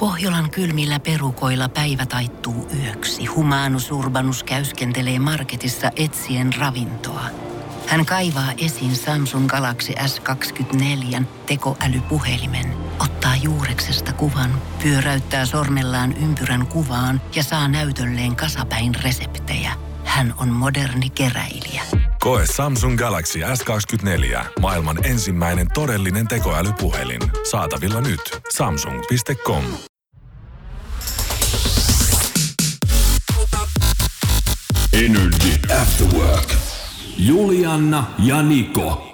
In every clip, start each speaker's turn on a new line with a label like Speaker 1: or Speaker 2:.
Speaker 1: Pohjolan kylmillä perukoilla päivä taittuu yöksi. Humanus Urbanus käyskentelee marketissa etsien ravintoa. Hän kaivaa esiin Samsung Galaxy S24 tekoälypuhelimen, ottaa juureksesta kuvan, pyöräyttää sormellaan ympyrän kuvaan ja saa näytölleen kasapäin reseptejä. Hän on moderni keräilijä.
Speaker 2: Koe Samsung Galaxy S24. Maailman ensimmäinen todellinen tekoälypuhelin. Saatavilla nyt. Samsung.com.
Speaker 3: Energy After Work. Julianna ja Niko.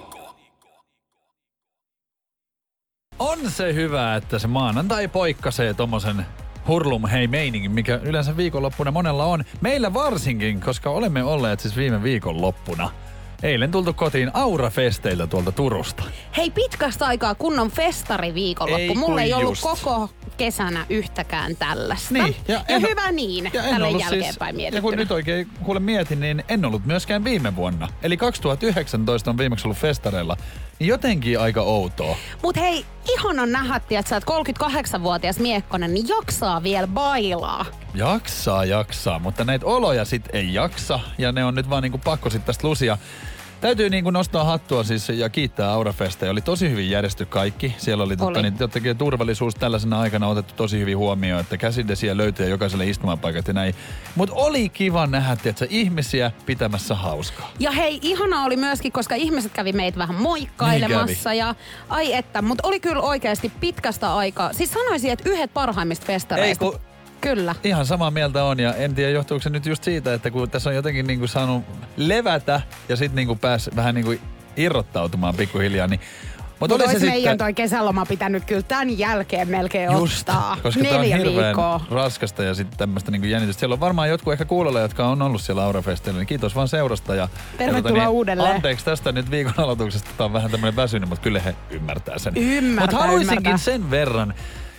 Speaker 4: On se hyvä, että se maanantai poikkasee tommosen hurlum hei meiningin, mikä yleensä viikonloppuna monella on. Meillä varsinkin, koska olemme olleet siis viime viikonloppuna. Eilen tultu kotiin Aura-festeiltä tuolta Turusta.
Speaker 5: Hei, pitkästä aikaa kunnon festariviikonloppu. Mulla ei ollut koko kesänä yhtäkään tällaista.
Speaker 4: Niin,
Speaker 5: ja hyvä niin, tälle jälkeenpäin mietittynä.
Speaker 4: Ja kun nyt oikein kuule mietin, niin en ollut myöskään viime vuonna. Eli 2019 on viimeksi ollut festareilla. Niin jotenkin aika outoa.
Speaker 5: Mut hei, ihanan nähdä, että sä oot 38-vuotias miekkonen, niin jaksaa vielä bailaa.
Speaker 4: Jaksaa, mutta näitä oloja sit ei jaksa. Ja ne on nyt vaan niinku pakko sit tästä lusia. Täytyy niinku nostaa hattua siis ja kiittää Aurafesteja. Oli tosi hyvin järjesty kaikki. Siellä oli jotenkin turvallisuus tällaisena aikana otettu tosi hyvin huomioon, että käsidesiä löytyy jokaiselle istumapaikat ja näin. Mutta oli kiva nähdä, että ihmisiä pitämässä hauskaa.
Speaker 5: Ja hei, ihana oli myöskin, koska ihmiset kävi meitä vähän moikkailemassa. Ja ai että, mutta oli kyllä oikeasti pitkästä aikaa. Siis sanoisin, että yhdet parhaimmista festareista. Kyllä.
Speaker 4: Ihan samaa mieltä on ja en tiedä johtuuko se nyt just siitä, että kun tässä on jotenkin niinku saanut levätä ja sit niinku pääs vähän niinku irrottautumaan pikkuhiljaa, niin
Speaker 5: mutta olisi meidän sitten toi kesäloma pitänyt kyllä tämän jälkeen melkein ottaa.
Speaker 4: Koska 4 tää on hirveän raskasta ja sitten tämmöistä niinku jännitystä. Siellä on varmaan jotkut ehkä kuulolla, jotka on ollut siellä Aurafesteillä, niin kiitos vaan seurasta. Ja
Speaker 5: tervetuloa uudelleen.
Speaker 4: Anteeksi tästä nyt viikon aloituksesta, tää on vähän tämmöinen väsynyt, mutta kyllä he ymmärtää sen.
Speaker 5: Mutta
Speaker 4: haluaisinkin sen verran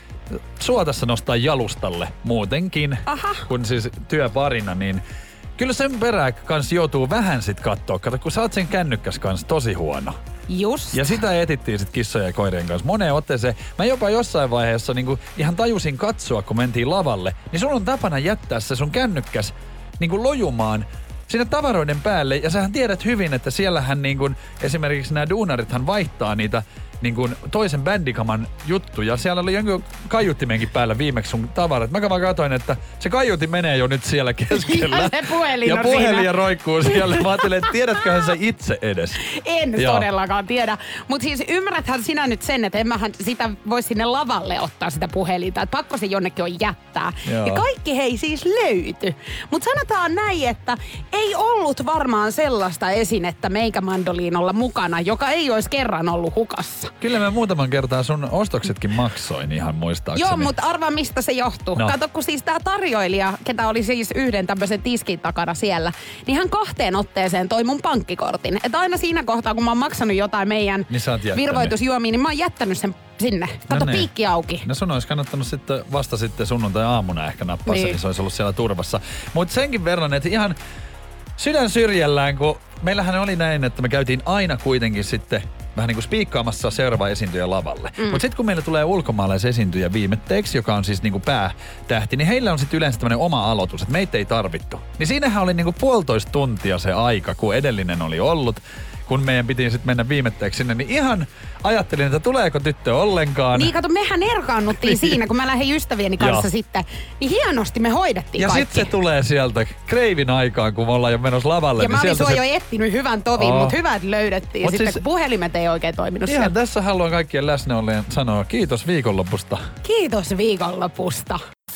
Speaker 4: sua tässä nostaa jalustalle muutenkin, kun siis työparina, niin kyllä sen perään kans joutuu vähän sit kattoo. Kato, kun sä oot sen kännykkäs kans tosi huono.
Speaker 5: Just.
Speaker 4: Ja sitä etittiin sit kissojen ja koirien kanssa moneen otteeseen. Mä jopa jossain vaiheessa niinku ihan tajusin katsoa, kun mentiin lavalle, niin sun on tapana jättää se sun kännykkäs niinku lojumaan sinne tavaroiden päälle. Ja sähän tiedät hyvin, että siellähän niinku, esimerkiksi nämä duunarithan vaihtaa niitä niin kuin toisen bändikaman juttu. Ja siellä oli jonkun kaiuttimenkin päällä viimeksi sun tavarat. Mä vaan katsoin, että se kaiutin menee jo nyt siellä keskellä.
Speaker 5: Ja se puhelin
Speaker 4: ja
Speaker 5: on
Speaker 4: puhelin
Speaker 5: siinä.
Speaker 4: roikkuu siellä. Mä ajattelin, että tiedätköhän sä itse edes.
Speaker 5: En todellakaan tiedä. Mutta siis ymmärräthän sinä nyt sen, että en mähän sitä voi sinne lavalle ottaa sitä puhelinta. Että pakko se jonnekin on jättää.
Speaker 4: Joo.
Speaker 5: Ja kaikki hei siis löyty. Mutta sanotaan näin, että ei ollut varmaan sellaista esinettä meikämandoliinolla mukana, joka ei olisi kerran ollut hukassa.
Speaker 4: Kyllä mä muutaman kertaa sun ostoksetkin maksoin ihan muistaakseni.
Speaker 5: Joo, mutta arvaa mistä se johtuu. No. Kato, kun siis tää tarjoilija, ketä oli siis yhden tämmöisen tiskin takana siellä, niin hän 2 otteeseen toi mun pankkikortin. Että aina siinä kohtaa, kun mä oon maksanut jotain meidän virvoitusjuomiin, niin mä oon jättänyt sen sinne. Kato, no piikki auki.
Speaker 4: No sun olisi kannattanut sitten vasta sitten sunnuntai-aamuna ehkä nappaa niin se olisi ollut siellä turvassa. Mutta senkin verran, että ihan sydän syrjällään, kun meillähän oli näin, että me käytiin aina kuitenkin sitten vähän niin kuin spiikkaamassa seuraava esiintyjä lavalle. Mutta sitten kun meillä tulee ulkomaalaisesiintyjä viimetteeksi, joka on siis niin kuin päätähti, niin heillä on sitten yleensä tämmöinen oma aloitus, että meitä ei tarvittu. Niin siinähän oli niin kuin 1,5 tuntia se aika, kun edellinen oli ollut. Kun meidän piti sitten mennä viimetteeksi sinne, niin ihan ajattelin, että tuleeko tyttö ollenkaan.
Speaker 5: Niin kato, mehän erkaannuttiin siinä, kun mä lähdin ystävieni kanssa sitten. Niin hienosti me hoidettiin kaikki.
Speaker 4: Ja sitten se tulee sieltä kreivin aikaan, kun me ollaan jo menossa lavalle.
Speaker 5: Ja
Speaker 4: niin
Speaker 5: mä olin sua jo etsinyt hyvän tovin, mutta hyvä, että löydettiin.
Speaker 4: Mut
Speaker 5: sitten
Speaker 4: siis
Speaker 5: puhelimet ei oikein toiminut
Speaker 4: ihan
Speaker 5: siellä.
Speaker 4: Tässä haluan kaikkien läsnäolleen sanoa kiitos viikonlopusta.
Speaker 5: Kiitos viikonlopusta.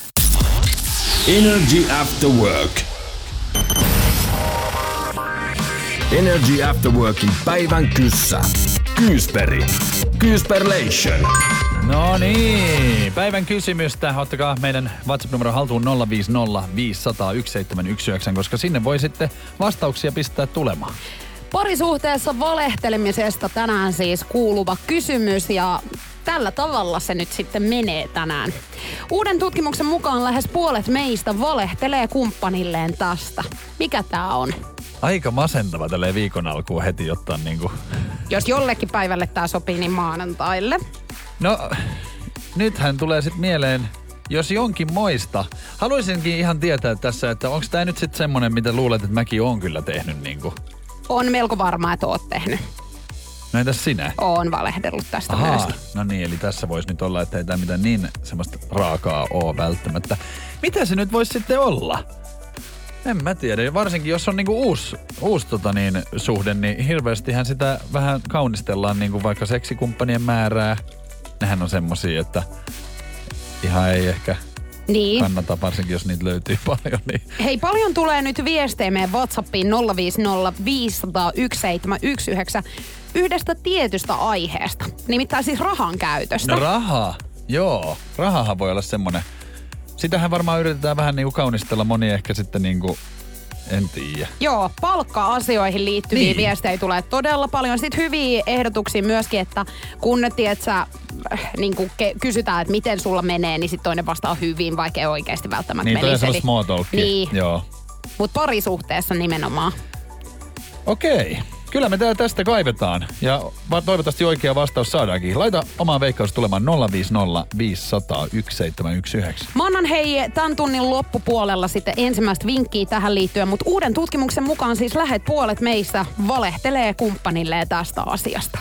Speaker 3: Energy After Work. Energy After Workin päivän kyssä. Kyysperi. Kyysperlation.
Speaker 4: No niin, päivän kysymystä. Ottakaa meidän WhatsApp-numero haltuun 050 500 1719, koska sinne voi sitten vastauksia pistää tulemaan.
Speaker 5: Parisuhteessa valehtelemisesta tänään siis kuuluva kysymys ja tällä tavalla se nyt sitten menee tänään. Uuden tutkimuksen mukaan lähes puolet meistä valehtelee kumppanilleen tästä. Mikä tää on?
Speaker 4: Aika masentava tälleen viikon alkuun heti ottaa niinku.
Speaker 5: Jos jollekin päivälle tää sopii, niin maanantaille.
Speaker 4: No, nythän tulee sitten mieleen jos jonkin moista. Haluaisinkin ihan tietää tässä, että onko tää nyt sitten semmonen, mitä luulet, että mäkin oon kyllä tehnyt niinku?
Speaker 5: On melko varmaa, että oot tehnyt.
Speaker 4: No entäs sinä?
Speaker 5: Oon valehdellut tästä myöskin.
Speaker 4: No niin, eli tässä voisi nyt olla, että ei tää mitään niin semmoista raakaa oo välttämättä. Mitä se nyt voisi sitten olla? En mä tiedä. Varsinkin jos on niinku uusi suhde, niin hirveästihän sitä vähän kaunistellaan niinku vaikka seksikumppanien määrää. Nehän on semmosia, että ihan ei ehkä kannata, varsinkin jos niitä löytyy paljon. Niin.
Speaker 5: Hei, paljon tulee nyt viestejä meidän WhatsAppiin 050501719 yhdestä tietystä aiheesta. Nimittäin siis rahan käytöstä.
Speaker 4: No raha, joo. Rahahan voi olla semmonen. Sitähän varmaan yritetään vähän niinku kaunistella, moni ehkä sitten niinku, en tiedä.
Speaker 5: Joo, palkka-asioihin liittyviä viestejä tulee todella paljon. Sitten hyviä ehdotuksia myöskin, että kun niinku kysytään, että miten sulla menee, niin sitten toinen vastaa hyvin, vaikka ei oikeasti välttämättä
Speaker 4: menisi.
Speaker 5: Niin,
Speaker 4: toi on small talkia.
Speaker 5: Niin.
Speaker 4: Joo.
Speaker 5: Mutta parisuhteessa nimenomaan.
Speaker 4: Okei. Kyllä me tästä kaivetaan ja toivottavasti oikea vastaus saadaankin. Laita omaa veikkaus tulemaan 050501719.
Speaker 5: Mä annan tämän tunnin loppupuolella sitten ensimmäistä vinkkiä tähän liittyen, mutta uuden tutkimuksen mukaan siis puolet meistä valehtelee kumppanilleen tästä asiasta.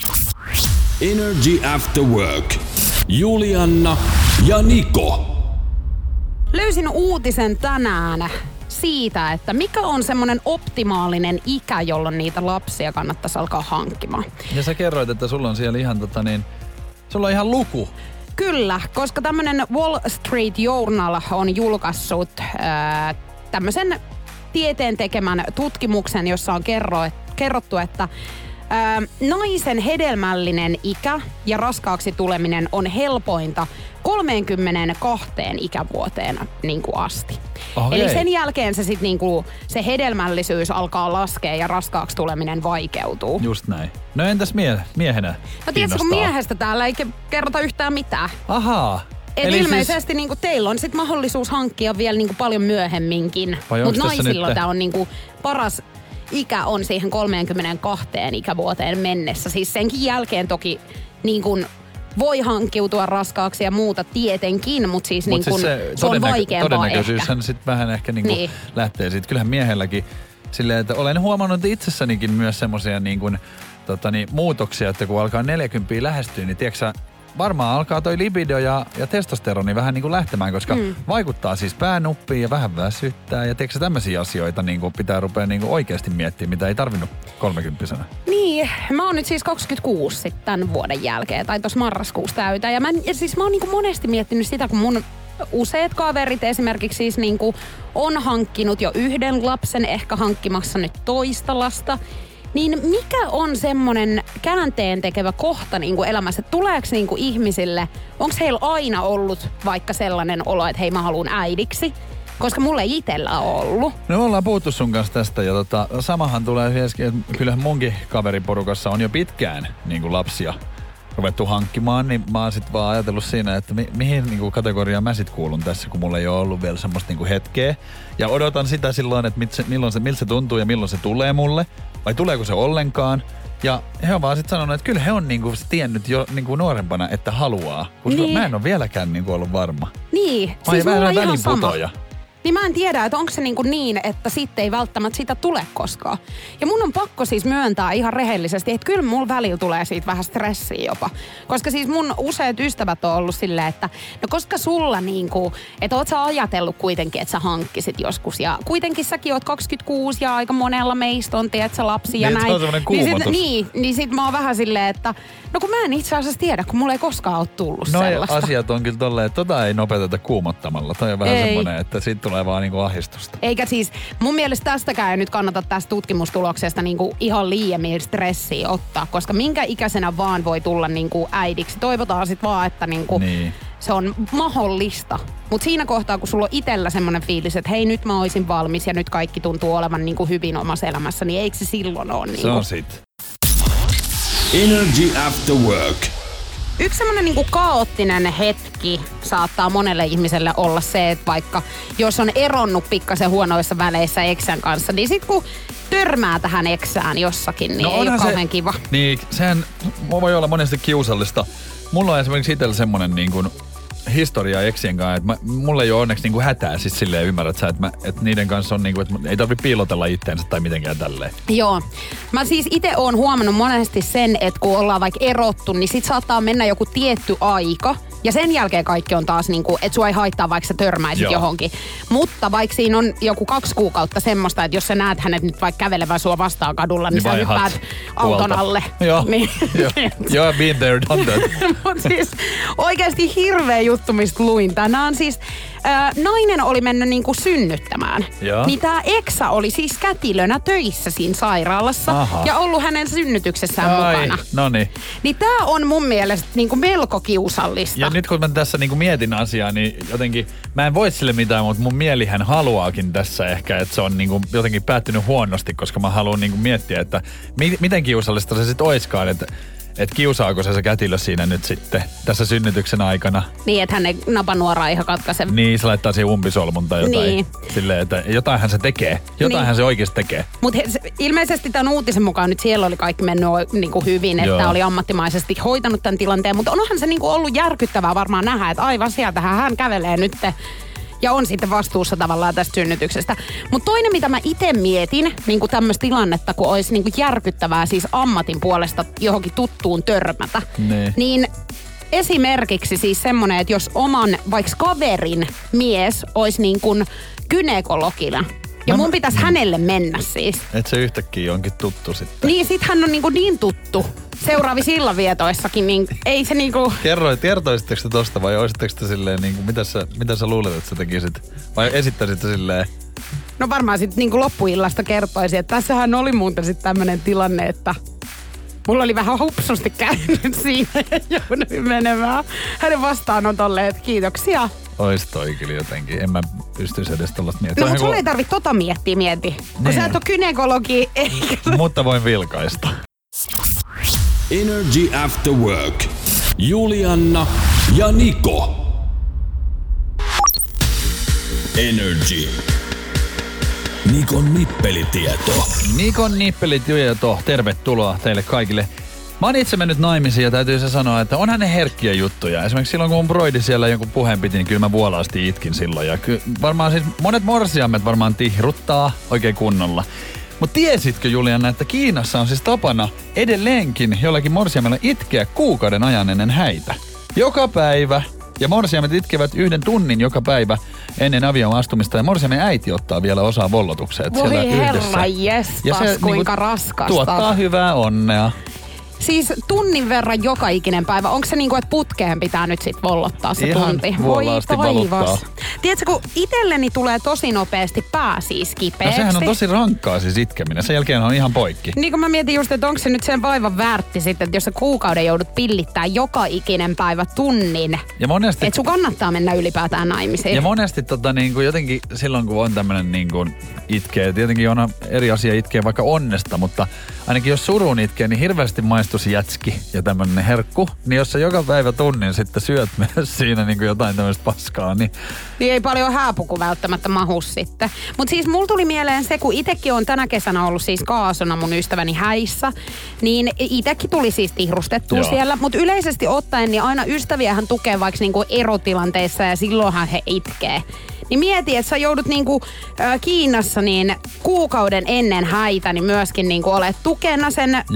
Speaker 3: Energy After Work. Julianna ja Niko.
Speaker 5: Löysin uutisen tänään siitä, että mikä on semmoinen optimaalinen ikä, jolloin niitä lapsia kannattaisi alkaa hankkimaan.
Speaker 4: Ja sä kerroit, että sulla on siellä ihan sulla on ihan luku.
Speaker 5: Kyllä, koska tämmöinen Wall Street Journal on julkaissut tämmöisen tieteen tekemän tutkimuksen, jossa on kerrottu, että naisen hedelmällinen ikä ja raskaaksi tuleminen on helpointa 32 ikävuoteen asti.
Speaker 4: Okay.
Speaker 5: Eli sen jälkeen se hedelmällisyys alkaa laskea ja raskaaksi tuleminen vaikeutuu.
Speaker 4: Just näin. No entäs miehenä?
Speaker 5: No tiedätkö, kun miehestä täällä ei kerrota yhtään mitään.
Speaker 4: Ahaa.
Speaker 5: Eli ilmeisesti teillä on sit mahdollisuus hankkia vielä paljon myöhemminkin. Mutta naisilla tämä on paras ikä on siihen 32 ikävuoteen mennessä. Siis senkin jälkeen toki voi hankkiutua raskaaksi ja muuta tietenkin, mutta siis, se on vaikeampaa
Speaker 4: todennäköisyyshän sitten vähän ehkä lähtee siitä. Kyllähän miehelläkin silleen, että olen huomannut itsessänikin myös semmoisia muutoksia, että kun alkaa 40 lähestyä, niin tiedätkö varmaan alkaa toi libido ja testosteroni vähän lähtemään, koska vaikuttaa siis päänuppiin ja vähän väsyttää. Ja tiedätkö tämmöisiä asioita pitää rupea oikeasti miettimään, mitä ei tarvinnut 30-vuotiaana.
Speaker 5: Niin, mä oon nyt siis 26 sitten tämän vuoden jälkeen, tai tuossa marraskuussa täytän. Ja mä oon monesti miettinyt sitä, kun mun useat kaverit esimerkiksi siis on hankkinut jo yhden lapsen, ehkä hankkimassa nyt toista lasta. Niin mikä on semmoinen käänteen tekevä kohta elämässä? Tuleeko ihmisille, onko heillä aina ollut vaikka sellainen olo, että hei mä haluun äidiksi? Koska mulla ei itsellä ollut. No
Speaker 4: me ollaan puhuttu sun kanssa tästä ja samahan tulee myöskin, että kyllähän munkin kaveriporukassa on jo pitkään lapsia ruvettu hankkimaan, niin mä oon sit vaan ajatellut siinä, että mihin kategoriaan mä sit kuulun tässä, kun mulla ei ole ollut vielä semmoista hetkeä. Ja odotan sitä silloin, että miltä se tuntuu ja milloin se tulee mulle, vai tuleeko se ollenkaan. Ja he on vaan sit sanonut, että kyllä he on tiennyt jo nuorempana, että haluaa. Koska mä en ole vieläkään ollut varma.
Speaker 5: Niin,
Speaker 4: siis mulla on ihan sama.
Speaker 5: Niin mä en tiedä, että onko se niin, että sitten ei välttämättä sitä tule koskaan. Ja mun on pakko siis myöntää ihan rehellisesti, että kyllä mulla välillä tulee siitä vähän stressiä jopa. Koska siis mun useat ystävät on ollut silleen, että no koska sulla että oot sä ajatellut kuitenkin, että sä hankkisit joskus. Ja kuitenkin säkin oot 26 ja aika monella meistä on, tiedät sä, lapsia ja näin.
Speaker 4: Se on semmoinen kuumotus.
Speaker 5: Niin sit mä oon vähän silleen, että no kun mä en itse asiassa tiedä, kun mulla ei koskaan ole tullut sellaista.
Speaker 4: No asiat on kyllä tolleen, että ei nopeuteta kuumottamalla. Toi on vähän semmoinen, että siitä tulee vaan ahdistusta.
Speaker 5: Eikä siis, mun mielestä tästäkään ei nyt kannata tästä tutkimustuloksesta ihan liiemmin stressiä ottaa, koska minkä ikäisenä vaan voi tulla äidiksi. Toivotaan sit vaan, että se on mahdollista. Mutta siinä kohtaa, kun sulla on itsellä semmoinen fiilis, että hei nyt mä oisin valmis ja nyt kaikki tuntuu olevan hyvin omassa elämässä, niin eikö se silloin ole?
Speaker 4: Se on sit.
Speaker 3: Energy After Work.
Speaker 5: Yksi semmoinen kaoottinen hetki saattaa monelle ihmiselle olla se, että vaikka jos on eronnut pikkasen huonoissa väleissä eksän kanssa, niin sit kun törmää tähän eksään jossakin, niin ei ole kauhean kiva.
Speaker 4: Niin, sehän voi olla monesti kiusallista. Mulla on esimerkiksi itsellä semmoinen historiaa eksien kanssa, että mulla ei ole onneksi niinku hätää siis silleen, ymmärrät sä, että niiden kanssa on niinku, että ei tarvitse piilotella itteensä tai mitenkään tälleen.
Speaker 5: Joo. Mä siis itse oon huomannut monesti sen, että kun ollaan vaikka erottu, niin sit saattaa mennä joku tietty aika. Ja sen jälkeen kaikki on taas niinku, että sua ei haittaa, vaikka sä törmäisit johonkin. Mutta vaikka siinä on joku 2 kuukautta semmoista, että jos sä näet hänet nyt vaikka kävelevän sua vastaan kadulla, niin sä hyppäät auton alle.
Speaker 4: Joo,
Speaker 5: niin.
Speaker 4: Joo, been there, done that.
Speaker 5: Mut siis oikeasti hirveä juttu, mistä luin tänään. Siis nainen oli mennyt niinku synnyttämään. Joo. Niin tää eksä oli siis kätilönä töissä siinä sairaalassa. Aha. Ja ollut hänen synnytyksessään mukana.
Speaker 4: Noniin.
Speaker 5: Niin tää on mun mielestä niinku melko kiusallista.
Speaker 4: Ja nyt kun mä tässä niinku mietin asiaa, niin jotenkin mä en voi sille mitään, mutta mun mielihän haluaakin tässä ehkä, että se on niinku jotenkin päättynyt huonosti, koska mä haluan niinku miettiä, että miten kiusallista se sit oiskaan, että kiusaako se kätilö siinä nyt sitten tässä synnytyksen aikana.
Speaker 5: Niin, että hän ei napanuoraa ihan katkaise.
Speaker 4: Niin, se laittaa siihen umpisolmun tai jotain. Niin. Silleen, että jotainhan se tekee. Jotainhan se oikeasti tekee.
Speaker 5: Mutta ilmeisesti tämän uutisen mukaan nyt siellä oli kaikki mennyt niinku hyvin, että oli ammattimaisesti hoitanut tämän tilanteen. Mutta onhan se niinku ollut järkyttävää varmaan nähdä, että aivan sieltähän hän kävelee nyt ja on sitten vastuussa tavallaan tästä synnytyksestä. Mutta toinen, mitä mä itse mietin, niinku tämmöistä tilannetta, kun olisi niinku järkyttävää siis ammatin puolesta johonkin tuttuun törmätä, niin esimerkiksi siis semmoinen, että jos oman vaikka kaverin mies olisi niin kuin gynekologina, ja mun pitäisi hänelle mennä siis.
Speaker 4: Että se yhtäkkiä onkin tuttu sitten.
Speaker 5: Niin, sit hän on niin tuttu seuraavissa illanvietoissakin, niin ei se niinku...
Speaker 4: Kertoisitteko te tosta vai olisitteko te silleen, niinku, mitä sä luulet, että sä tekisit? Vai esittäisitte silleen?
Speaker 5: No varmaan sit niinku loppuillasta kertoisin, että tässähän oli muuten sit tämmönen tilanne, että mulla oli vähän hupsusti käynyt siinä ja jouduin menemään hänen vastaanotolle, että kiitoksia.
Speaker 4: Ois toi kyllä jotenkin. En mä pystyisi edes tollaista miettiä.
Speaker 5: No, mutta sun ei tarvitse tota mieti. Kun sä et ole gynekologi, eikä...
Speaker 4: Mutta voin vilkaista.
Speaker 3: Energy After Work. Julianna ja Niko. Energy. Nikon nippelitieto.
Speaker 4: Nikon nippelitieto. Tervetuloa teille kaikille. Mä oon itse mennyt naimisiin ja täytyy se sanoa, että onhan ne herkkiä juttuja. Esimerkiksi silloin, kun mun broidi siellä jonkun puheen piti, niin kyllä mä vuolaasti itkin silloin. Ja varmaan siis monet morsiammet varmaan tihruttaa oikein kunnolla. Mutta tiesitkö, Juliana, että Kiinassa on siis tapana edelleenkin jollakin morsiamella itkeä kuukauden ajan ennen häitä? Joka päivä. Ja morsiamet itkevät 1 tunnin joka päivä ennen avioon astumista. Ja morsiamen äiti ottaa vielä osaa vollotukseen.
Speaker 5: Voi herra jestas, kuinka raskasta.
Speaker 4: Tuottaa hyvää onnea.
Speaker 5: Siis tunnin verran joka ikinen päivä. Onko se niinku, että putkeen pitää nyt sit vollottaa se tunti?
Speaker 4: Voi taivas.
Speaker 5: Tiedätkö, kun itselleni tulee tosi nopeasti pää siis kipeäksi.
Speaker 4: No sehän on tosi rankkaa siis itkeminen. Sen jälkeen on ihan poikki.
Speaker 5: Niin kun mä mietin just, että onko se nyt sen vaivan väärti sitten, että jos sä kuukauden joudut pillittää joka ikinen päivä tunnin. Ja monesti... Että sun kannattaa mennä ylipäätään naimisiin.
Speaker 4: Ja monesti niin jotenkin silloin, kun on tämmönen niin kuin itkee. Tietenkin on eri asia itkee vaikka onnesta, mutta ainakin jos surun itkee, niin hirveästi maistuisi jätski ja tämmönen herkku. Niin jos sä joka päivä tunnin sitten syöt myös siinä niin kuin jotain tämmöistä paskaa, niin
Speaker 5: ei paljon hääpuku välttämättä mahu sitten. Mutta siis mulla tuli mieleen se, kun itekin on tänä kesänä ollut siis kaasona mun ystäväni häissä, niin itekin tuli siis tihrustettua siellä. Mutta yleisesti ottaen, niin aina ystäviähän tukee vaikka niinku erotilanteissa ja silloinhan he itkee. Niin mieti, että sä joudut niinku Kiinassa niin kuukauden ennen häitä, niin myöskin niinku olet tukena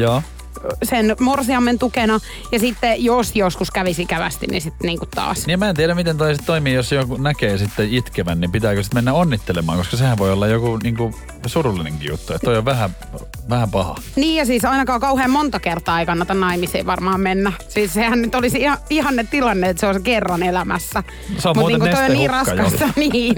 Speaker 5: sen morsiammen tukena. Ja sitten jos joskus kävisi ikävästi, niin sitten niinku taas.
Speaker 4: Niin mä en tiedä, miten toi toimii, jos joku näkee sitten itkevän, niin pitääkö sitten mennä onnittelemaan, koska sehän voi olla joku niinku surullinenkin juttu. Että toi on vähän paha.
Speaker 5: Niin ja siis ainakaan kauhean monta kertaa ei kannata naimisiin varmaan mennä. Siis sehän nyt olisi ihanne tilanne, että se on kerran elämässä.
Speaker 4: Se on muuten
Speaker 5: niinku toi on niin raskasta, niin.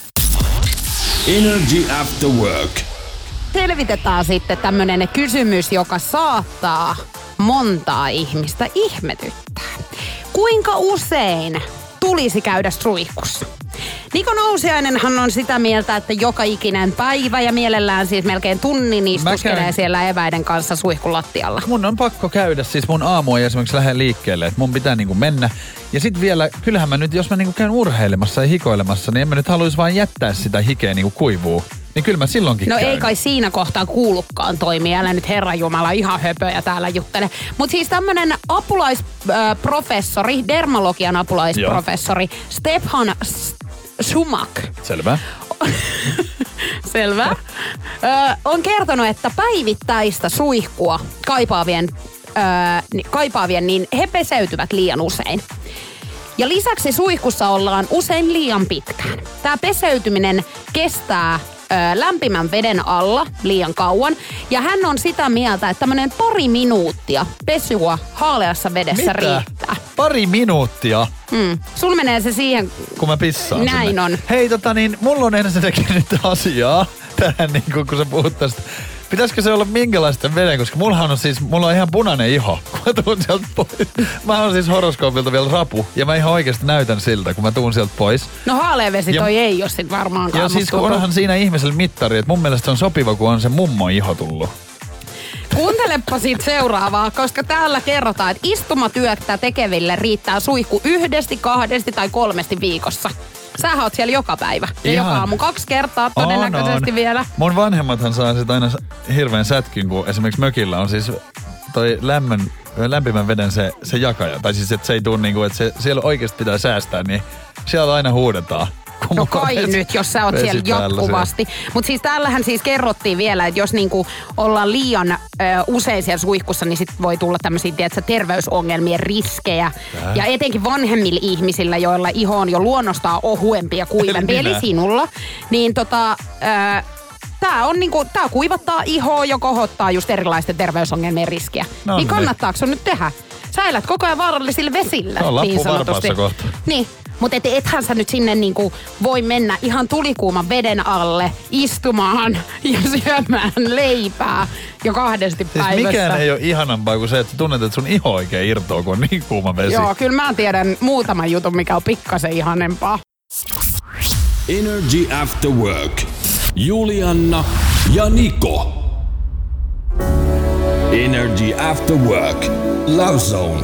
Speaker 3: Energy After Work.
Speaker 5: Selvitetään sitten tämmönen kysymys, joka saattaa montaa ihmistä ihmetyttää. Kuinka usein tulisi käydä suihkussa? Niko Nousiainenhan on sitä mieltä, että joka ikinen päivä ja mielellään siis melkein tunnin istuskelee siellä eväiden kanssa suihkulattialla.
Speaker 4: Mun on pakko käydä, siis mun aamu ei esimerkiksi lähde liikkeelle, että mun pitää niinku mennä. Ja sit vielä, kyllähän mä nyt, jos mä niinku käyn urheilemassa ja hikoilemassa, niin en mä nyt haluaisi vaan jättää sitä hikeä niinku kuivuu. Niin kyllä mä silloinkin käyn.
Speaker 5: Ei kai siinä kohtaa kuulukaan toimia. Älä nyt herranjumala ihan höpöjä täällä juttele. Mutta siis tämmönen apulaisprofessori, dermalogian apulaisprofessori Stefan Sumak.
Speaker 4: Selvä.
Speaker 5: Selvä. On kertonut, että päivittäistä suihkua kaipaavien, niin he peseytyvät liian usein. Ja lisäksi suihkussa ollaan usein liian pitkään. Tämä peseytyminen kestää lämpimän veden alla liian kauan. Ja hän on sitä mieltä, että tämmöinen 2 minuuttia pesua haaleassa vedessä riittää. 2
Speaker 4: minuuttia?
Speaker 5: Sulla menee se siihen,
Speaker 4: kun mä pissaan
Speaker 5: näin
Speaker 4: sinne.
Speaker 5: On.
Speaker 4: Hei niin mulla on ensinnäkin nyt asiaa tähän niin kun sä puhut tästä. Pitäisikö se olla minkälaista veden, koska mulla on ihan punainen iho, kun mä tuun sieltä pois. Mä oon siis horoskoopilta vielä rapu, ja mä ihan oikeasti näytän siltä, kun mä tuun sieltä pois.
Speaker 5: No haalevesi toi ei oo sit varmaankaan.
Speaker 4: Ja siis kun onhan siinä ihmisellä mittari, että mun mielestä se on sopiva, kun on se mummo iho tullut.
Speaker 5: Kuuntelepa siitä seuraavaa, koska täällä kerrotaan, että istumatyötä tekeville riittää suihku 1, 2 tai 3 viikossa. Sähän oot siellä joka päivä. Ja joka aamu 2 kertaa todennäköisesti vielä.
Speaker 4: Mun vanhemmathan saa sit aina hirveän sätkyn, kun esimerkiksi mökillä on siis toi lämpimän veden se jakaja. Tai siis, että se ei tuu niinku, että siellä oikeasti pitää säästää, niin siellä aina huudetaan.
Speaker 5: No kai nyt, jos sä oot siellä jatkuvasti. Mutta siis täällähän siis kerrottiin vielä, että jos niinku ollaan liian usein siellä suihkussa, niin sit voi tulla tämmöisiä terveysongelmien riskejä. Ja etenkin vanhemmilla ihmisillä, joilla iho on jo luonnostaan ohuempi ja kuivempi, eli sinulla, niin tää kuivattaa ihoa ja kohottaa just erilaisten terveysongelmien riskiä. No, niin kannattaako sun nyt tehdä? Sä elät koko ajan vaarallisille vesillä, niin sanotusti.
Speaker 4: Kohta.
Speaker 5: Niin. Mutta ethän sä nyt sinne niinku voi mennä ihan tulikuuman veden alle istumaan ja syömään leipää jo 2 päivässä.
Speaker 4: Siis mikään ei ole ihanampaa kuin se, että tunnet, että sun iho oikein irtoaa, kun on niin kuuma vesi.
Speaker 5: Joo, kyllä mä tiedän muutaman jutun, mikä on pikkasen ihanempaa.
Speaker 3: Energy After Work. Julianna ja Niko. Energy After Work. Love Zone.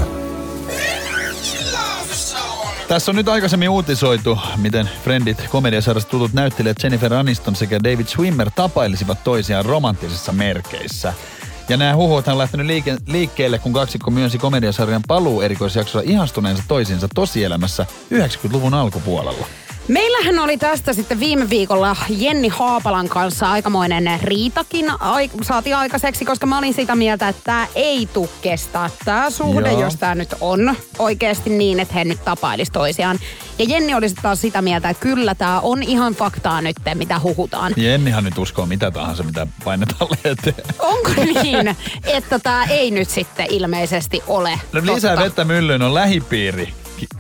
Speaker 4: Tässä on nyt aikaisemmin uutisoitu, miten Friendit komediasarjasta tutut näyttelijät Jennifer Aniston sekä David Schwimmer tapailisivat toisiaan romanttisissa merkeissä. Ja nämä huhuot on lähtenyt liikkeelle, kun kaksikko myönsi komediasarjan paluu-erikoisjaksossa ihastuneensa toisiinsa tosielämässä 90-luvun alkupuolella.
Speaker 5: Meillähän oli tästä sitten viime viikolla Jenni Haapalan kanssa aikamoinen riitakin saatiin aikaiseksi, koska mä olin sitä mieltä, että tää ei tule kestää tää suhde, jos tää nyt on oikeasti niin, että he nyt tapailisi toisiaan. Ja Jenni oli taas sitä mieltä, että kyllä tää on ihan faktaa nyt, mitä huhutaan.
Speaker 4: Jennihan nyt uskoo mitä tahansa, mitä painetaan lehteen.
Speaker 5: Onko niin, että tää ei nyt sitten ilmeisesti ole totta?
Speaker 4: Lisää vettä myllyyn on lähipiirin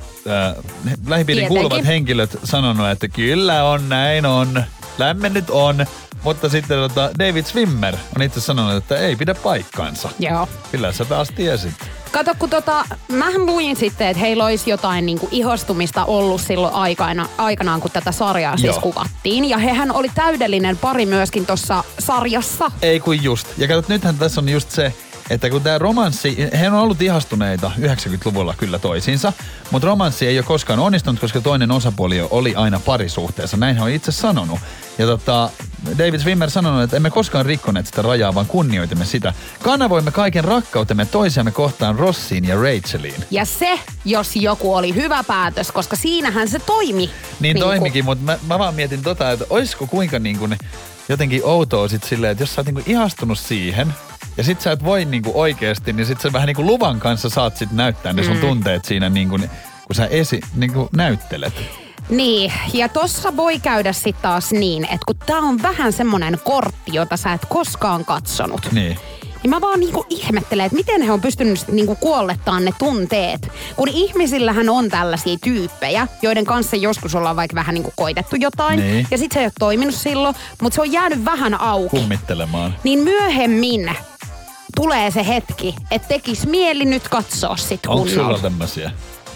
Speaker 4: kuuluvat henkilöt sanonut, että kyllä on, näin on, lämmennyt on. Mutta sitten David Schwimmer on itse sanonut, että ei pidä paikkaansa.
Speaker 5: Joo.
Speaker 4: Kyllä sä taas tiesit.
Speaker 5: Kato, kun mähän luin sitten, että heillä olisi jotain niinku ihastumista ollut silloin aikanaan, kun tätä sarjaa siis kuvattiin. Ja hehän oli täydellinen pari myöskin tuossa sarjassa.
Speaker 4: Ei kuin just. Ja katsot, nythän tässä on just se, että kun tämä romanssi, he on ollut ihastuneita 90-luvulla kyllä toisiinsa, mutta romanssi ei ole koskaan onnistunut, koska toinen osapuoli oli aina parisuhteessa. Näin hän on itse sanonut. Ja David Schwimmer sanonut, että emme koskaan rikkoneet sitä rajaa, vaan kunnioitimme sitä. Kanavoimme kaiken rakkautemme toisiamme kohtaan Rossiin ja Racheliin.
Speaker 5: Ja se, jos joku oli hyvä päätös, koska siinähän se toimi.
Speaker 4: Niin toimikin, mutta mä vaan mietin että olisiko kuinka jotenkin outoa sit silleen, että jos sä oot ihastunut siihen, ja sit sä et voi oikeesti, niin sit sä vähän luvan kanssa saat sit näyttää ne sun tunteet siinä kun sä näyttelet.
Speaker 5: Niin, ja tossa voi käydä sit taas niin, että kun tää on vähän semmonen kortti, jota sä et koskaan katsonut.
Speaker 4: Niin
Speaker 5: mä vaan ihmettelen, että miten he on pystynyt kuollettaan ne tunteet. Kun ihmisillähän on tällaisia tyyppejä, joiden kanssa joskus ollaan vaikka vähän koitettu jotain.
Speaker 4: Niin.
Speaker 5: Ja sit se ei ole toiminut silloin, mutta se on jäänyt vähän auki.
Speaker 4: Kummittelemaan.
Speaker 5: Niin myöhemmin tulee se hetki, että tekis mieli nyt katsoa sit kunnolla.
Speaker 4: Onko sulla tämmösiä?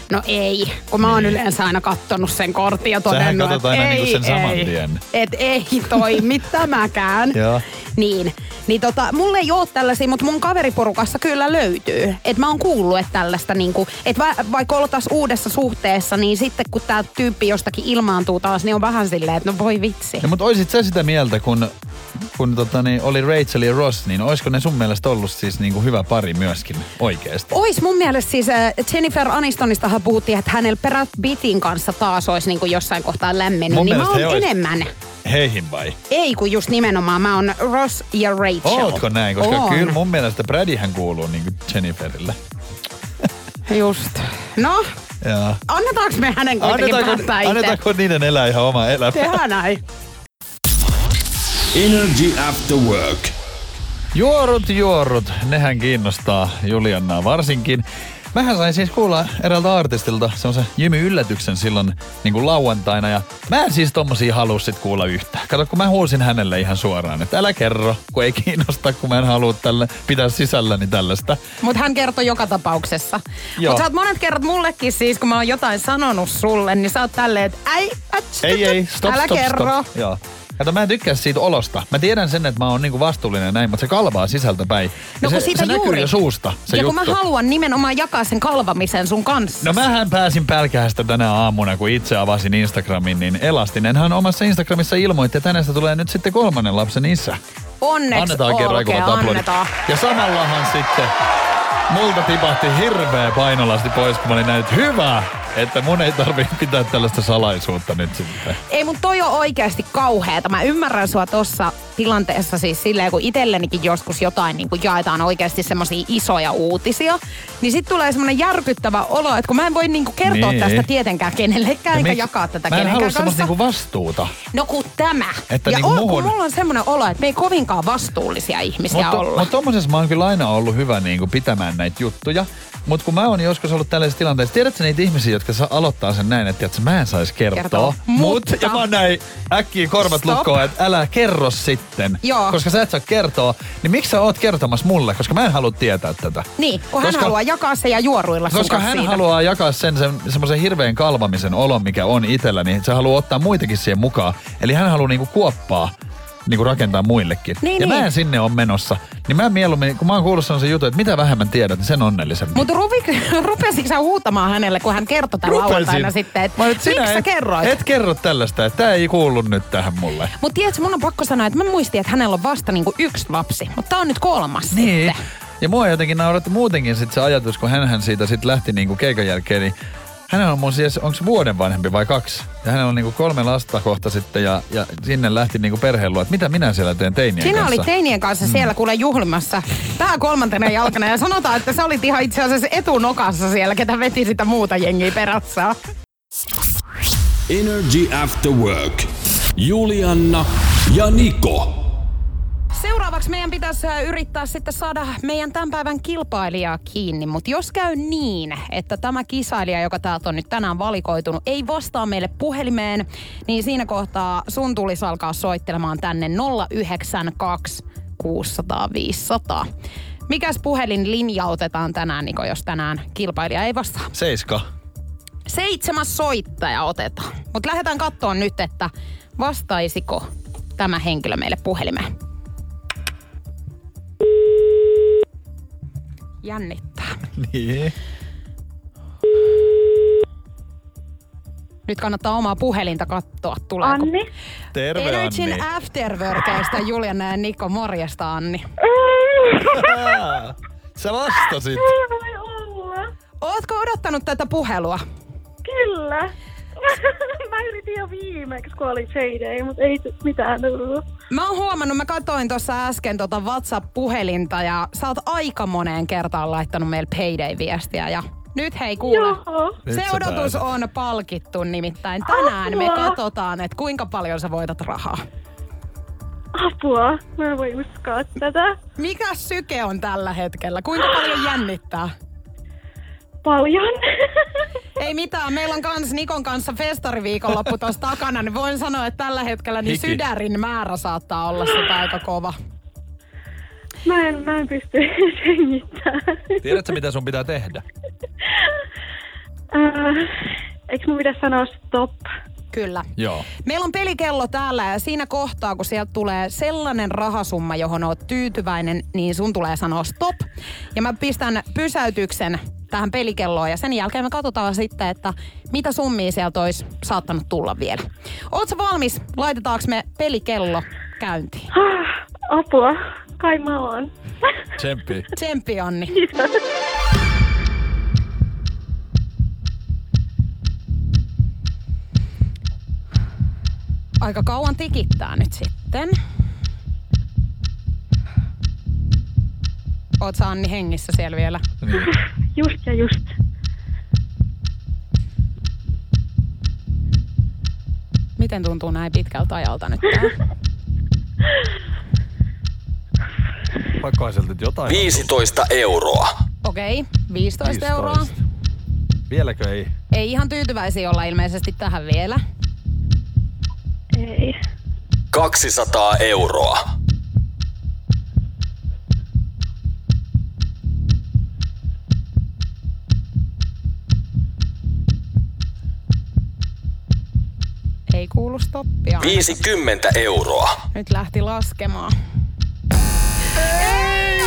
Speaker 5: No ei, kun mä oon yleensä aina kattonut sen kortin ja todennut,
Speaker 4: että aina
Speaker 5: ei,
Speaker 4: sen saman tien.
Speaker 5: Et ei toimi tämäkään.
Speaker 4: Joo.
Speaker 5: Niin mulla ei oo tällaisia, mutta mun kaveriporukassa kyllä löytyy. Et mä oon kuullut, että tällaista niinku, että vaikka oltais uudessa suhteessa, niin sitten kun tää tyyppi jostakin ilmaantuu taas, niin on vähän silleen, että no voi vitsi.
Speaker 4: No, mutta oisit sä sitä mieltä, kun oli Rachel ja Ross, niin oisko ne sun mielestä ollut siis niinku hyvä pari myöskin oikeesti?
Speaker 5: Ois mun mielestä siis Jennifer Anistonistahan puhuttiin, että hänellä Brad Pittin kanssa taas olisi niinku jossain kohtaa lämmennyt, niin mä oon enemmän.
Speaker 4: Heihin vai?
Speaker 5: Ei, kun just nimenomaan mä oon Ross ja Rachel.
Speaker 4: Ootko näin? Koska kyllä mun mielestä Bradihän kuuluu niinku Jenniferille.
Speaker 5: Just. No,
Speaker 4: ja.
Speaker 5: Annetaanko me hänen kuitenkin päättää itse?
Speaker 4: Annetaanko niiden elää ihan oma elämä?
Speaker 5: Tehdään näin.
Speaker 3: Energy After Work.
Speaker 4: Juorut, nehän kiinnostaa Juliannaa varsinkin. Mähän sain siis kuulla eräältä artistilta semmoisen Jymy-yllätyksen silloin niin kuin lauantaina. Ja mä en siis tommosia halua sit kuulla yhtään. Kato, kun mä huusin hänelle ihan suoraan, että älä kerro, kun ei kiinnosta, kun mä en halua pitää sisälläni tällaista.
Speaker 5: Mut hän kertoi joka tapauksessa. Mut sä oot monet kerrat mullekin siis, kun mä oon jotain sanonut sulle, niin sä oot tälleen, että
Speaker 4: stop. Joo. Kato, mä en tykkää siitä olosta. Mä tiedän sen, että mä oon niinku vastuullinen näin, mutta se kalvaa sisältäpäin.
Speaker 5: No kun
Speaker 4: se näkyy jo suusta, se
Speaker 5: ja
Speaker 4: juttu.
Speaker 5: kun mä haluan nimenomaan jakaa sen kalvamisen sun kanssa.
Speaker 4: No mähän pääsin pälkähästä tänä aamuna, kun itse avasin Instagramin, niin Elastinenhan omassa Instagramissa ilmoitti, että hänestä tulee nyt sitten 3. lapsen isä.
Speaker 5: Onneksi
Speaker 4: Annetaankin raikuvat aplodit. Ja samallahan sitten multa tipahti hirveä painolasti pois, kun mä olin näin, että hyvä, että mun ei tarvitse pitää tällaista salaisuutta nyt sitten.
Speaker 5: Ei, mutta toi on oikeasti kauheeta. Mä ymmärrän sua tossa tilanteessa siis silleen, kun itsellenikin joskus jotain niin kun jaetaan oikeasti semmosia isoja uutisia, niin sit tulee semmonen järkyttävä olo, että kun mä en voi niin kertoa tästä tietenkään kenellekään, enkä jakaa tätä kenenkään kanssa.
Speaker 4: Mä en halua semmoista niinku vastuuta.
Speaker 5: No kun tämä.
Speaker 4: Että
Speaker 5: ja
Speaker 4: niinku
Speaker 5: kun mulla on semmonen olo, että me ei kovinkaan vastuullisia ihmisiä olla.
Speaker 4: Mutta tommosessa mä oon kyllä aina ollut hyvä niinku pitämään näitä juttuja. Mutta kun mä oon joskus ollut tällaisessa tilanteessa, tiedätkö niitä ihmisiä, jotka aloittaa sen näin, että mä en saisi kertoa. Mutta ja mä oon näin äkkiä korvat lukkoon, että älä kerro sitten.
Speaker 5: Joo.
Speaker 4: Koska sä et saa kertoa, niin miksi sä oot kertomassa mulle? Koska mä en halua tietää tätä.
Speaker 5: Niin, kun hän haluaa jakaa se ja juoruilla sun
Speaker 4: koska hän haluaa jakaa sen semmoisen hirveän kalvamisen olon, mikä on itsellä, niin se haluaa ottaa muitakin siihen mukaan. Eli hän haluaa niinku kuoppaa. Niinku rakentaa muillekin.
Speaker 5: Niin,
Speaker 4: ja mä en sinne ole menossa. Niin mä mieluummin, kun mä oon kuullut sellaisen jutun, että mitä vähemmän tiedät, niin sen onnellisempi.
Speaker 5: Mutta rupesitko sä huutamaan hänelle, kun hän kertoi tämän lauantaina sitten, että miksi sä kerroit?
Speaker 4: Et kerro tällaista, että tää ei kuulu nyt tähän mulle.
Speaker 5: Mutta tiedätkö, mun on pakko sanoa, että mä muistin, että hänellä on vasta niinku 1 lapsi. Mutta tää on nyt 3
Speaker 4: niin.
Speaker 5: sitten.
Speaker 4: Ja mua jotenkin nauratti muutenkin sit se ajatus, kun hänhän siitä sit lähti niinku keikan jälkeen, niin hänellä on mun siis, onko vuoden vanhempi vai 2? Ja hänellä on niinku 3 lasta kohta sitten ja sinne lähti niinku perheen luo, että mitä minä siellä teen teinien kanssa.
Speaker 5: Sinä olit teinien kanssa siellä kuule juhlimassa. Tää 3. jalkana ja sanotaan, että sä olit ihan itse asiassa etunokassa siellä, ketä veti sitä muuta jengiä perässä.
Speaker 3: Energy After Work. Julianna ja Niko.
Speaker 5: Seuraavaksi meidän pitäisi yrittää sitten saada meidän tämän päivän kilpailijaa kiinni, mutta jos käy niin, että tämä kisailija, joka täältä on nyt tänään valikoitunut, ei vastaa meille puhelimeen, niin siinä kohtaa sun tulisi alkaa soittelemaan tänne 092 600 500. Mikäs puhelinlinja otetaan tänään, Niko, jos tänään kilpailija ei vastaa? 7. soittaja otetaan. Mutta lähdetään katsomaan nyt, että vastaisiko tämä henkilö meille puhelimeen. Jännittää.
Speaker 4: Niin.
Speaker 5: Nyt kannattaa omaa puhelinta katsoa. Tuleeko?
Speaker 6: Anni.
Speaker 4: Terve,
Speaker 5: Energyn
Speaker 4: Anni.
Speaker 5: Afterworkeista Juliana ja Niko. Morjesta, Anni.
Speaker 4: Sä vastasit.
Speaker 6: Ei voi olla.
Speaker 5: Ootko odottanut tätä puhelua?
Speaker 6: Kyllä. Mä yritin jo viimeksi, kun oli J-Day, mutta ei mitään tullut.
Speaker 5: Mä oon huomannut, mä katsoin tuossa äsken WhatsApp-puhelinta ja sä oot aika moneen kertaan laittanut meille Payday-viestiä ja nyt hei kuule.
Speaker 6: Joo.
Speaker 5: Se odotus on palkittu nimittäin. Tänään me katsotaan, että kuinka paljon sä voitat rahaa.
Speaker 6: Apua. Mä en voi uskoa tätä.
Speaker 5: Mikä syke on tällä hetkellä? Kuinka paljon jännittää?
Speaker 6: Paljon.
Speaker 5: Ei mitään, meillä on kans Nikon kanssa festariviikonloppu tuossa takana, niin voin sanoa, että tällä hetkellä niin sydärin määrä saattaa olla sitä aika kova.
Speaker 6: Mä en pysty hengittämään.
Speaker 4: Tiedätkö, mitä sun pitää tehdä?
Speaker 6: Eikö mun pitäisi sanoa stop?
Speaker 5: Kyllä.
Speaker 4: Joo.
Speaker 5: Meillä on pelikello täällä ja siinä kohtaa, kun sieltä tulee sellainen rahasumma, johon oot tyytyväinen, niin sun tulee sanoa stop. Ja mä pistän pysäytyksen tähän pelikelloon ja sen jälkeen me katsotaan sitten, että mitä summia sieltä olisi saattanut tulla vielä. Oot sä valmis? Laitetaanko me pelikello käyntiin?
Speaker 6: Apua. Kai mä oon.
Speaker 4: Tsemppi.
Speaker 5: Tsemppi, Anni. Aika kauan tikittää nyt sitten. Oot sä, Anni, hengissä siellä vielä?
Speaker 6: Just ja just.
Speaker 5: Miten tuntuu näin pitkältä ajalta nyt tää?
Speaker 4: Pakkohan sieltä nyt jotain.
Speaker 3: 15 euroa.
Speaker 5: Okei, 15 euroa.
Speaker 4: Vieläkö ei?
Speaker 5: Ei ihan tyytyväisiä olla ilmeisesti tähän vielä.
Speaker 6: Ei.
Speaker 3: 200 euroa.
Speaker 5: Ei kuulu stoppia.
Speaker 3: 50 euroa.
Speaker 5: Nyt lähti laskemaan. Ei!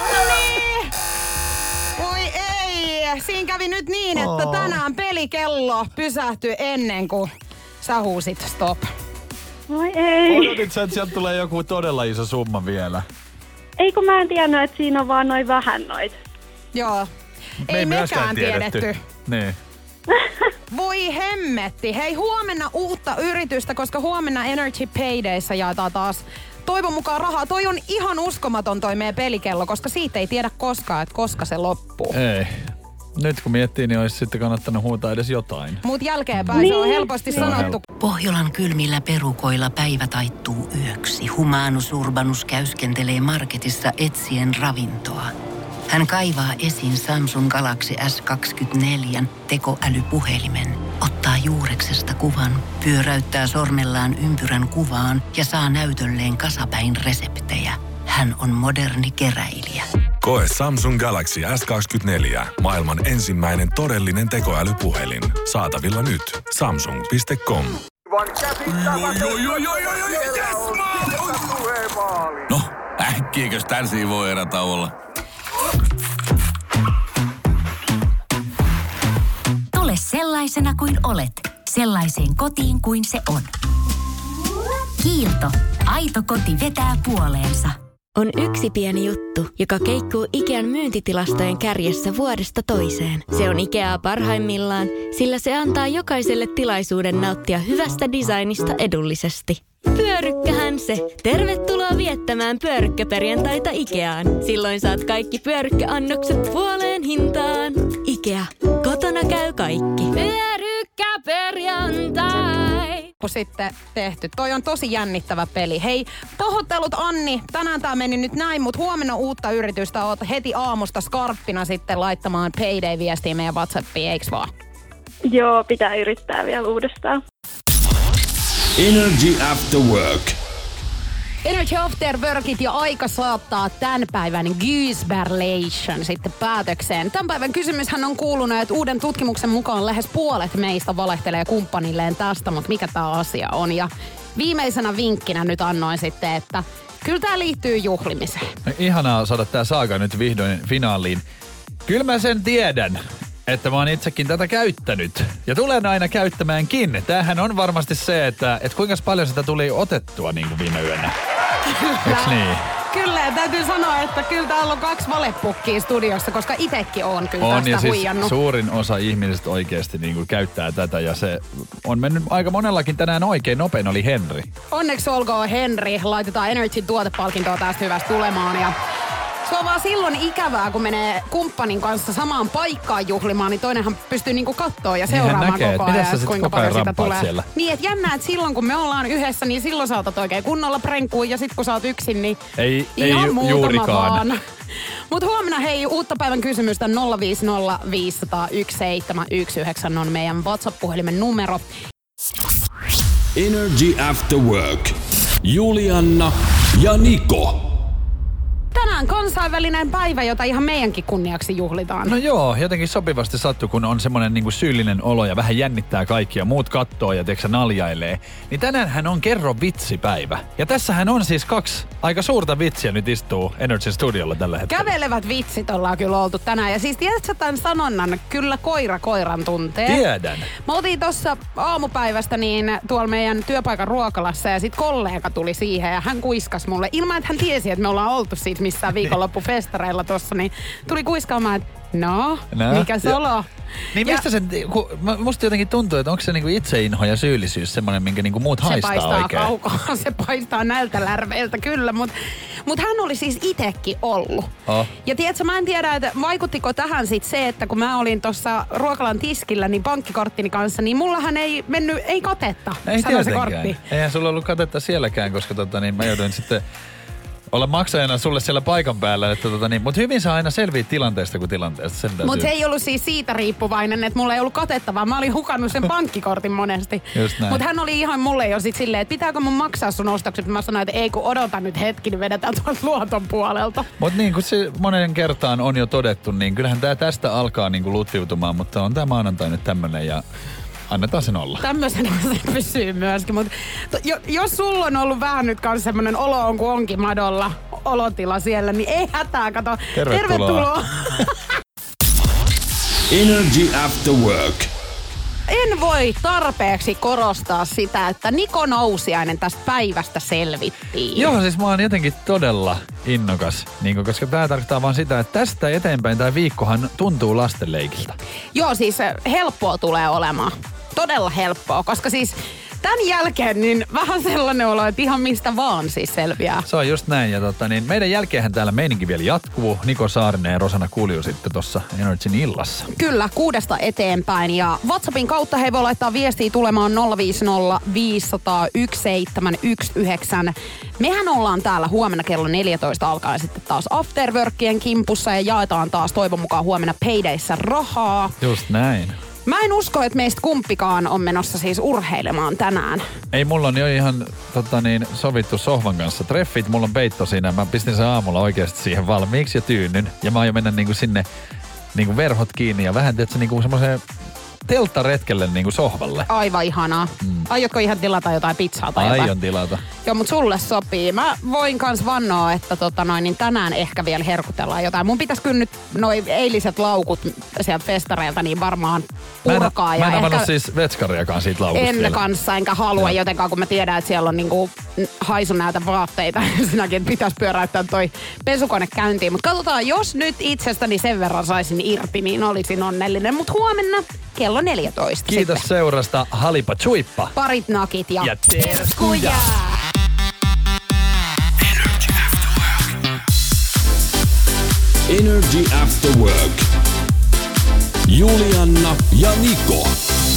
Speaker 5: Voi ei! Siinä kävi nyt niin, että tänään pelikello pysähtyi ennen kuin sä huusit stop.
Speaker 6: Voi ei.
Speaker 4: Odotit sä, että sieltä tulee joku todella iso summa vielä?
Speaker 6: Ei kun mä en tiennyt, että siinä on vaan noin vähän noit.
Speaker 5: Joo.
Speaker 4: Me
Speaker 5: ei mekään tiedetty.
Speaker 4: Niin.
Speaker 5: Voi hemmetti. Hei, huomenna uutta yritystä, koska huomenna Energy Paydayssa jaetaan taas toivon mukaan rahaa. Toi on ihan uskomaton toi meidän pelikello, koska siitä ei tiedä koskaan, että koska se loppuu.
Speaker 4: Ei. Nyt kun miettii, niin olisi sitten kannattanut huutaa edes jotain.
Speaker 5: Mut jälkeenpäin se on helposti sanottu.
Speaker 1: Pohjolan kylmillä perukoilla päivä taittuu yöksi. Humanus Urbanus käyskentelee marketissa etsien ravintoa. Hän kaivaa esiin Samsung Galaxy S24 tekoälypuhelimen, ottaa juureksesta kuvan, pyöräyttää sormellaan ympyrän kuvaan ja saa näytölleen kasapäin reseptejä. Hän on moderni keräilijä.
Speaker 2: Koe Samsung Galaxy S24. Maailman ensimmäinen todellinen tekoälypuhelin. Saatavilla nyt. Samsung.com.
Speaker 3: No, äkkiäkös tän voi erätauolla?
Speaker 7: Tule sellaisena kuin olet, sellaiseen kotiin kuin se on. Kiilto. Aito koti vetää puoleensa.
Speaker 8: On yksi pieni juttu, joka keikkuu Ikean myyntitilastojen kärjessä vuodesta toiseen. Se on Ikeaa parhaimmillaan, sillä se antaa jokaiselle tilaisuuden nauttia hyvästä designista edullisesti. Pyörykkähän se! Tervetuloa viettämään pyörykkäperjantaita Ikeaan. Silloin saat kaikki pyörykkäannokset puoleen hintaan. Ikea. Kotona käy kaikki. Pyörykkäperjantai!
Speaker 5: Sitten tehty. Toi on tosi jännittävä peli. Hei, pahoittelut Anni. Tänään tää meni nyt näin, mutta huomenna uutta yritystä oot heti aamusta skarppina sitten laittamaan Payday-viestiä meidän WhatsAppiin, eiks vaan?
Speaker 6: Joo, pitää yrittää vielä uudestaan.
Speaker 3: Energy After Work.
Speaker 5: Energy After Workit ja aika saattaa tämän päivän Goosberlation sitten päätökseen. Tämän päivän kysymyshän on kuulunut, että uuden tutkimuksen mukaan lähes puolet meistä valehtelee kumppanilleen tästä, mutta mikä tämä asia on. Ja viimeisenä vinkkinä nyt annoin sitten, että kyllä tämä liittyy juhlimiseen.
Speaker 4: Ihanaa saada tää saaga nyt vihdoin finaaliin. Kyllä mä sen tiedän, että mä oon itsekin tätä käyttänyt. Ja tulen aina käyttämäänkin. Tämähän on varmasti se, että kuinka paljon sitä tuli otettua niin kuin viime yönä. Eiks niin?
Speaker 5: Kyllä, ja täytyy sanoa, että kyllä täällä on 2 valepukkia studiossa, koska itekin on kyllä
Speaker 4: on,
Speaker 5: tästä
Speaker 4: ja siis
Speaker 5: huijannut.
Speaker 4: Suurin osa ihmisistä oikeasti niin kuin käyttää tätä, ja se on mennyt aika monellakin tänään oikein. Nopein oli Henri.
Speaker 5: Onneksi olkoon Henri. Laitetaan Energy tuotepalkintoa tästä hyvästä tulemaan. Ja se on vaan silloin ikävää, kun menee kumppanin kanssa samaan paikkaan juhlimaan, niin toinenhan pystyy niinku kattoo ja seuraamaan
Speaker 4: näkee,
Speaker 5: koko ajan,
Speaker 4: koko
Speaker 5: kuinka paljon
Speaker 4: ajan
Speaker 5: sitä tulee.
Speaker 4: siellä.
Speaker 5: Niin, että jännää, että silloin kun me ollaan yhdessä, niin silloin sä otat oikein kunnolla prenkuun ja sit kun sä oot yksin, niin
Speaker 4: ei
Speaker 5: ihan muutama
Speaker 4: juurikaan.
Speaker 5: vaan. Mut huomenna hei, uutta päivän kysymystä 050 500 1719 on meidän WhatsApp-puhelimen numero.
Speaker 3: Energy After Work. Julianna ja Niko.
Speaker 5: Tänään tänään kansainvälinen päivä, jota ihan meidänkin kunniaksi juhlitaan.
Speaker 4: No joo, jotenkin sopivasti sattuu, kun on semmoinen niinku syyllinen olo ja vähän jännittää kaikkia. Muut kattoo ja tiiäksä naljailee. Niin tänäänhän on Kerro vitsipäivä. Ja tässähän on siis 2 aika suurta vitsiä nyt istuu Energy Studiolla tällä hetkellä.
Speaker 5: Kävelevät vitsit ollaan kyllä oltu tänään. Ja siis tiedätkö tämän sanonnan, kyllä koira koiran tuntee?
Speaker 4: Tiedän.
Speaker 5: Me oltiin tossa aamupäivästä niin tuolla meidän työpaikan ruokalassa ja sit kollega tuli siihen ja hän kuiskas mulle. Ilman, että hän tiesi, että me ollaan oltu siitä missään viikonloppufestareilla tossa, niin tuli kuiskaamaan, että no, mikä solo?
Speaker 4: Niin mistä se, musta jotenkin tuntuu, että onko se niinku itseinho ja syyllisyys semmoinen, minkä niinku muut haistaa oikein?
Speaker 5: Se paistaa kaukaa, se paistaa näiltä lärveiltä kyllä, mut hän oli siis itekin ollut. Ja tiedätkö, mä en tiedä, että vaikuttiko tähän sit se, että kun mä olin tuossa ruokalan tiskillä, niin pankkikorttini kanssa, niin mullahan ei katetta.
Speaker 4: Ei tietenkään. Eihän sulla ollut katetta sielläkään, koska mä jouduin sitten olla maksajana sulle siellä paikan päällä. Mutta hyvin saa aina selviä tilanteesta kuin tilanteesta.
Speaker 5: Mutta se ei ollut siis siitä riippuvainen, että mulla ei ollut katettavaa. Mä olin hukannut sen pankkikortin monesti.
Speaker 4: Mutta
Speaker 5: hän oli ihan mulle jo sit silleen, että pitääkö mun maksaa sun ostokset. Mä sanoin, että ei kun odota nyt hetki, niin vedetään tuolta luoton puolelta.
Speaker 4: Mutta niin kuin se monen kertaan on jo todettu, niin kyllähän tää tästä alkaa niin kuin lutviutumaan. Mutta on tää maanantai nyt tämmönen ja annetaan sen olla.
Speaker 5: Tämmöisenä se pysyy myöskin, mutta jos sulla on ollut vähän nyt kans semmonen olo on kuin onkin madolla olotila siellä, niin ei hätää, kato. Tervetuloa.
Speaker 3: Energy After Work.
Speaker 5: En voi tarpeeksi korostaa sitä, että Niko Nousiainen tästä päivästä selvittiin.
Speaker 4: Joo, siis mä oon jotenkin todella innokas, koska tää tarkoittaa vaan sitä, että tästä eteenpäin tää viikkohan tuntuu lastenleikiltä.
Speaker 5: Joo, siis helppoa tulee olemaan. Todella helppoa, koska siis tämän jälkeen niin vähän sellainen olo, että ihan mistä vaan siis selviää.
Speaker 4: Se on just näin. Ja meidän jälkeenhän täällä meininki vielä jatkuu. Niko Saarinen ja Rosanna Kulju sitten tuossa Energyn illassa.
Speaker 5: Kyllä, 6 eteenpäin. Ja WhatsAppin kautta he voi laittaa viestiä tulemaan 050 500 1719. Mehän ollaan täällä huomenna kello 14 alkaen sitten taas afterworkien kimpussa ja jaetaan taas toivon mukaan huomenna paydayssä rahaa.
Speaker 4: Just näin.
Speaker 5: Mä en usko, että meistä kumpikaan on menossa siis urheilemaan tänään.
Speaker 4: Ei, mulla on jo ihan sovittu sohvan kanssa treffit. Mulla on peitto siinä. Mä pistin sen aamulla oikeasti siihen valmiiksi ja tyynyn. Ja mä aion mennä sinne verhot kiinni ja vähän semmoiseen telttaretkelle sohvalle.
Speaker 5: Aivan ihanaa. Aiotko ihan tilata jotain pizzaa tai jotain?
Speaker 4: Aion tilata.
Speaker 5: Joo, mutta sulle sopii. Mä voin kans vannoa, että niin tänään ehkä vielä herkutellaan jotain. Mun pitäis kyllä nyt noi eiliset laukut sieltä festareilta niin varmaan purkaa.
Speaker 4: Mä en avannut siis vetskariakaan siitä laukusta
Speaker 5: vielä. Kanssa, enkä halua jotenkaan, kun mä tiedän, että siellä on haisun näitä vaatteita. Sinäkin, että pitäisi pyöräyttää toi pesukone käyntiin. Mutta katsotaan, jos nyt itsestäni sen verran saisin irti, niin olisin onnellinen. Mutta huomenna kello 14.
Speaker 4: Kiitos
Speaker 5: sitten
Speaker 4: seurasta, halipa chuippa.
Speaker 5: Parit nakit ja terskuja.
Speaker 3: Energy After Work. Energy After Work. Julianna ja Niko.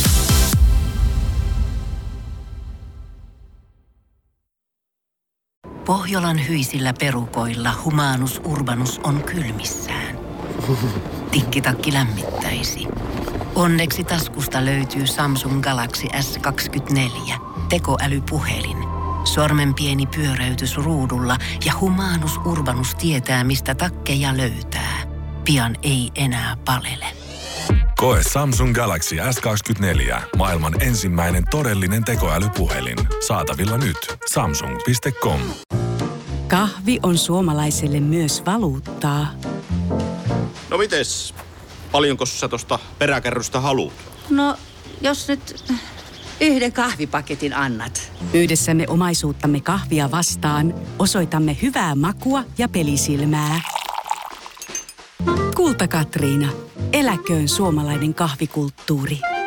Speaker 1: Pohjolan hyisillä perukoilla Humanus Urbanus on kylmissään. Tikkitakki lämmittäisi. Onneksi taskusta löytyy Samsung Galaxy S24 tekoälypuhelin. Sormen pieni pyöräytys ruudulla ja Humanus Urbanus tietää, mistä takkeja löytää. Pian ei enää palele.
Speaker 2: Koe Samsung Galaxy S24. Maailman ensimmäinen todellinen tekoälypuhelin. Saatavilla nyt. Samsung.com.
Speaker 9: Kahvi on suomalaiselle myös valuuttaa.
Speaker 10: No mites? Paljonko sä tosta peräkärrystä haluat?
Speaker 11: No, jos nyt 1 kahvipaketin annat.
Speaker 9: Yhdessämme omaisuuttamme kahvia vastaan osoitamme hyvää makua ja pelisilmää. Kulta Katriina. Eläköön suomalainen kahvikulttuuri.